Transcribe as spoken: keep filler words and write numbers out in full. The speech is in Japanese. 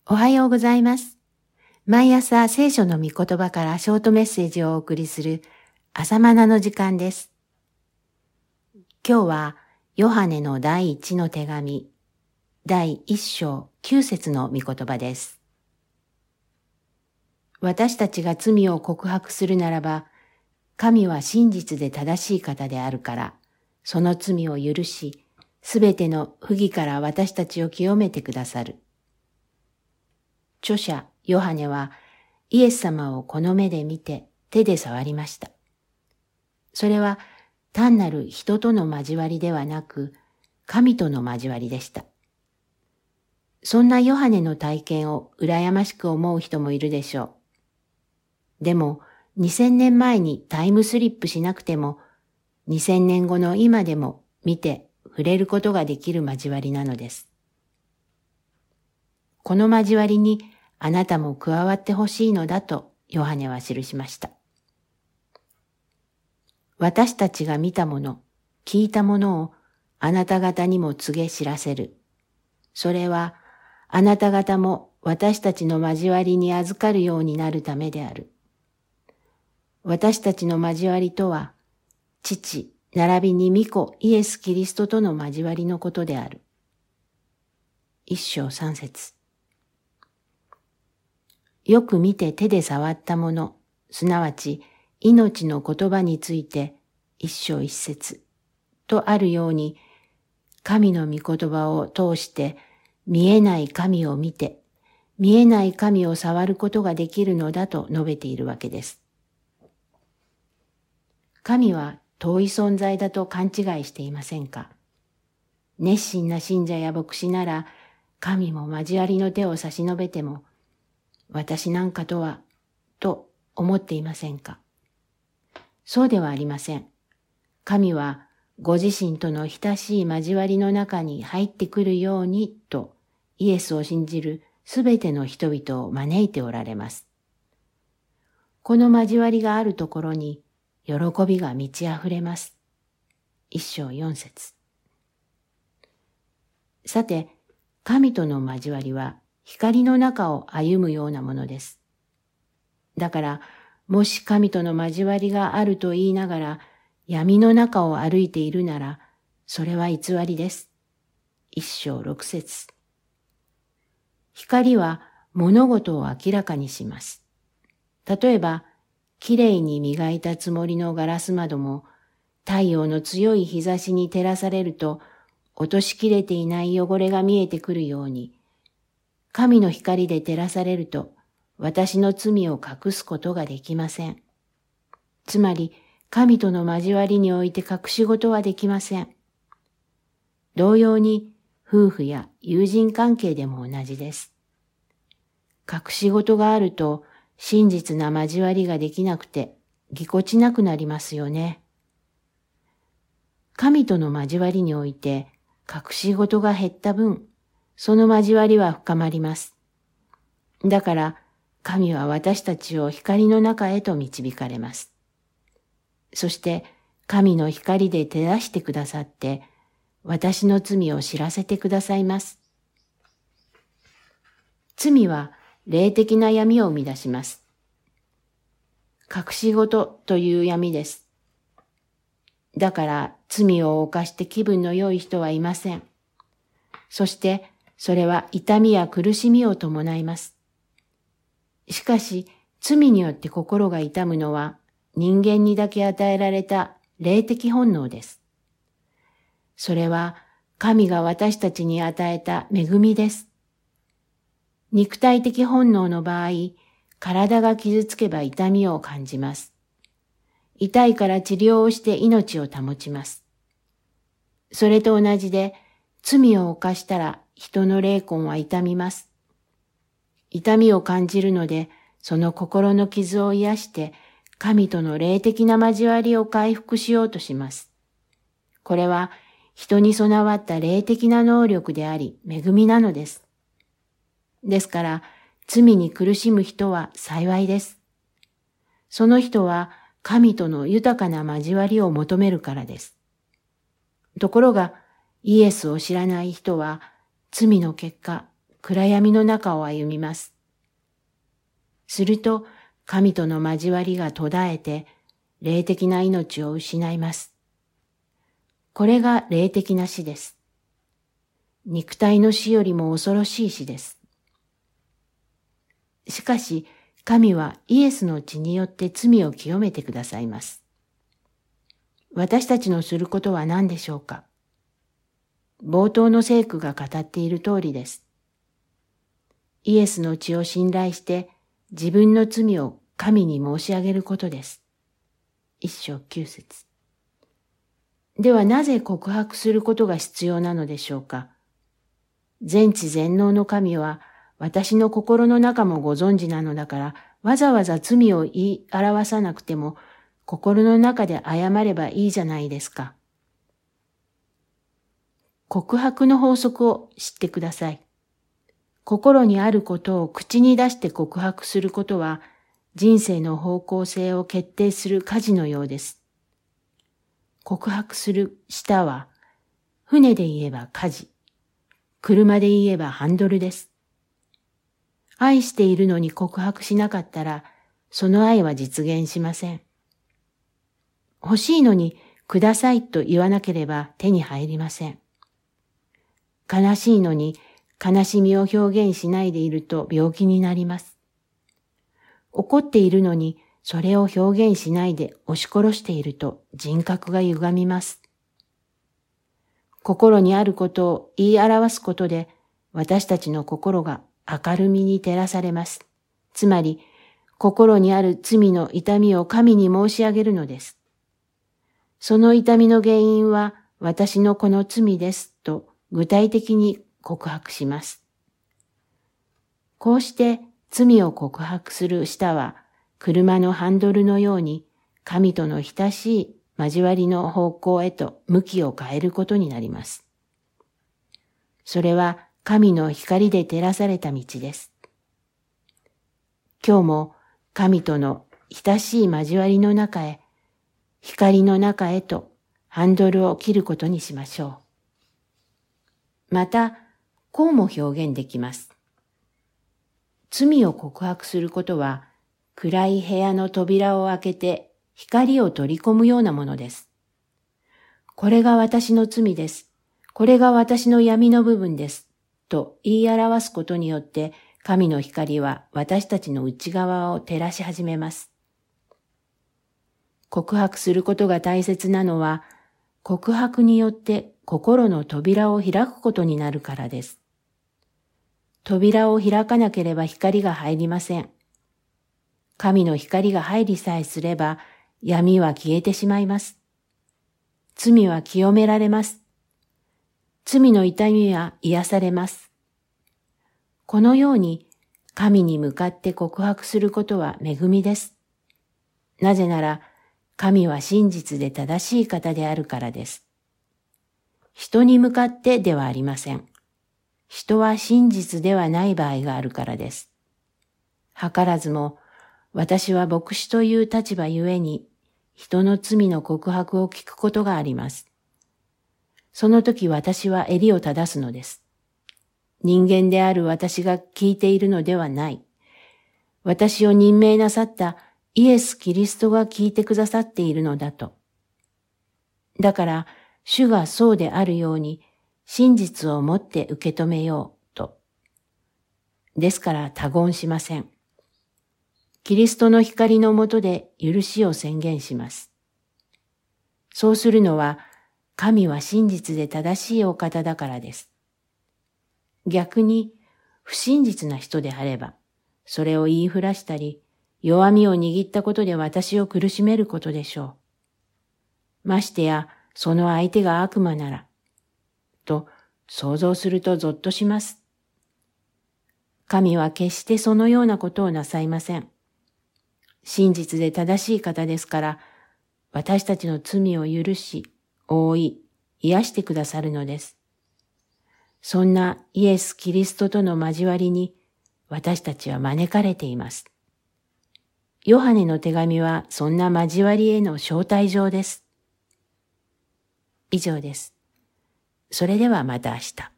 おはようございます。毎朝聖書の御言葉からショートメッセージをお送りする朝マナの時間です。今日はヨハネの第一の手紙、第一章九節の御言葉です。私たちが罪を告白するならば、神は真実で正しい方であるから、その罪を許し、すべての不義から私たちを清めてくださる。著者ヨハネはイエス様をこの目で見て手で触りました。それは単なる人との交わりではなく、神との交わりでした。そんなヨハネの体験を羨ましく思う人もいるでしょう。でもにせんねんまえにタイムスリップしなくても、にせんねんごの今でも見て触れることができる交わりなのです。この交わりにあなたも加わってほしいのだとヨハネは記しました。私たちが見たもの、聞いたものをあなた方にも告げ知らせる。それはあなた方も私たちの交わりに預かるようになるためである。私たちの交わりとは、父、並びに御子イエス・キリストとの交わりのことである。一章三節。よく見て手で触ったもの、すなわち命の言葉について一章一節とあるように、神の御言葉を通して見えない神を見て、見えない神を触ることができるのだと述べているわけです。神は遠い存在だと勘違いしていませんか？熱心な信者や牧師なら、神も交わりの手を差し伸べても、私なんかとは、と思っていませんか？そうではありません。神はご自身との親しい交わりの中に入ってくるようにと、イエスを信じるすべての人々を招いておられます。この交わりがあるところに、喜びが満ち溢れます。一章四節。さて、神との交わりは光の中を歩むようなものです。だから、もし神との交わりがあると言いながら闇の中を歩いているなら、それは偽りです。一章六節。光は物事を明らかにします。例えば、きれいに磨いたつもりのガラス窓も、太陽の強い日差しに照らされると、落としきれていない汚れが見えてくるように、神の光で照らされると、私の罪を隠すことができません。つまり、神との交わりにおいて隠し事はできません。同様に、夫婦や友人関係でも同じです。隠し事があると、真実な交わりができなくて、ぎこちなくなりますよね。神との交わりにおいて、隠し事が減った分、その交わりは深まります。だから、神は私たちを光の中へと導かれます。そして、神の光で照らしてくださって、私の罪を知らせてくださいます。罪は霊的な闇を生み出します。隠し事という闇です。だから罪を犯して気分の良い人はいません。そしてそれは痛みや苦しみを伴います。しかし罪によって心が痛むのは人間にだけ与えられた霊的本能です。それは神が私たちに与えた恵みです。肉体的本能の場合、体が傷つけば痛みを感じます。痛いから治療をして命を保ちます。それと同じで、罪を犯したら人の霊魂は痛みます。痛みを感じるので、その心の傷を癒して、神との霊的な交わりを回復しようとします。これは人に備わった霊的な能力であり、恵みなのです。ですから、罪に苦しむ人は幸いです。その人は神との豊かな交わりを求めるからです。ところが、イエスを知らない人は罪の結果、 暗闇の中を歩みます。すると神との交わりが途絶えて霊的な命を失います。これが霊的な死です。肉体の死よりも恐ろしい死です。しかし神はイエスの血によって罪を清めてくださいます。私たちのすることは何でしょうか。冒頭の聖句が語っている通りです。イエスの血を信頼して自分の罪を神に申し上げることです。一章九節。ではなぜ告白することが必要なのでしょうか。全知全能の神は私の心の中もご存知なのだから、わざわざ罪を言い表さなくても心の中で謝ればいいじゃないですか。告白の法則を知ってください。心にあることを口に出して告白することは、人生の方向性を決定する舵のようです。告白する舌は、船で言えば舵、車で言えばハンドルです。愛しているのに告白しなかったら、その愛は実現しません。欲しいのにくださいと言わなければ手に入りません。悲しいのに悲しみを表現しないでいると病気になります。怒っているのにそれを表現しないで押し殺していると人格が歪みます。心にあることを言い表すことで私たちの心が明るみに照らされます。つまり、心にある罪の痛みを神に申し上げるのです。その痛みの原因は私のこの罪ですと具体的に告白します。こうして罪を告白する舌は車のハンドルのように神との親しい交わりの方向へと向きを変えることになります。それは神の光で照らされた道です。今日も神との親しい交わりの中へ、光の中へとハンドルを切ることにしましょう。また、こうも表現できます。罪を告白することは、暗い部屋の扉を開けて光を取り込むようなものです。これが私の罪です。これが私の闇の部分です。と言い表すことによって神の光は私たちの内側を照らし始めます。告白することが大切なのは告白によって心の扉を開くことになるからです。扉を開かなければ光が入りません。神の光が入りさえすれば闇は消えてしまいます。罪は清められます。罪の痛みは癒されます。このように神に向かって告白することは恵みです。なぜなら神は真実で正しい方であるからです。人に向かってではありません。人は真実ではない場合があるからです。図らずも私は牧師という立場ゆえに人の罪の告白を聞くことがあります。その時私は襟を正すのです。人間である私が聞いているのではない。私を任命なさったイエス・キリストが聞いてくださっているのだと。だから主がそうであるように真実をもって受け止めようと。ですから他言しません。キリストの光の下で許しを宣言します。そうするのは神は真実で正しいお方だからです。逆に不真実な人であれば、それを言いふらしたり、弱みを握ったことで私を苦しめることでしょう。ましてや、その相手が悪魔なら、と想像するとぞっとします。神は決してそのようなことをなさいません。真実で正しい方ですから、私たちの罪を許し、覆い、癒してくださるのです。そんなイエス・キリストとの交わりに私たちは招かれています。ヨハネの手紙はそんな交わりへの招待状です。以上です。それではまた明日。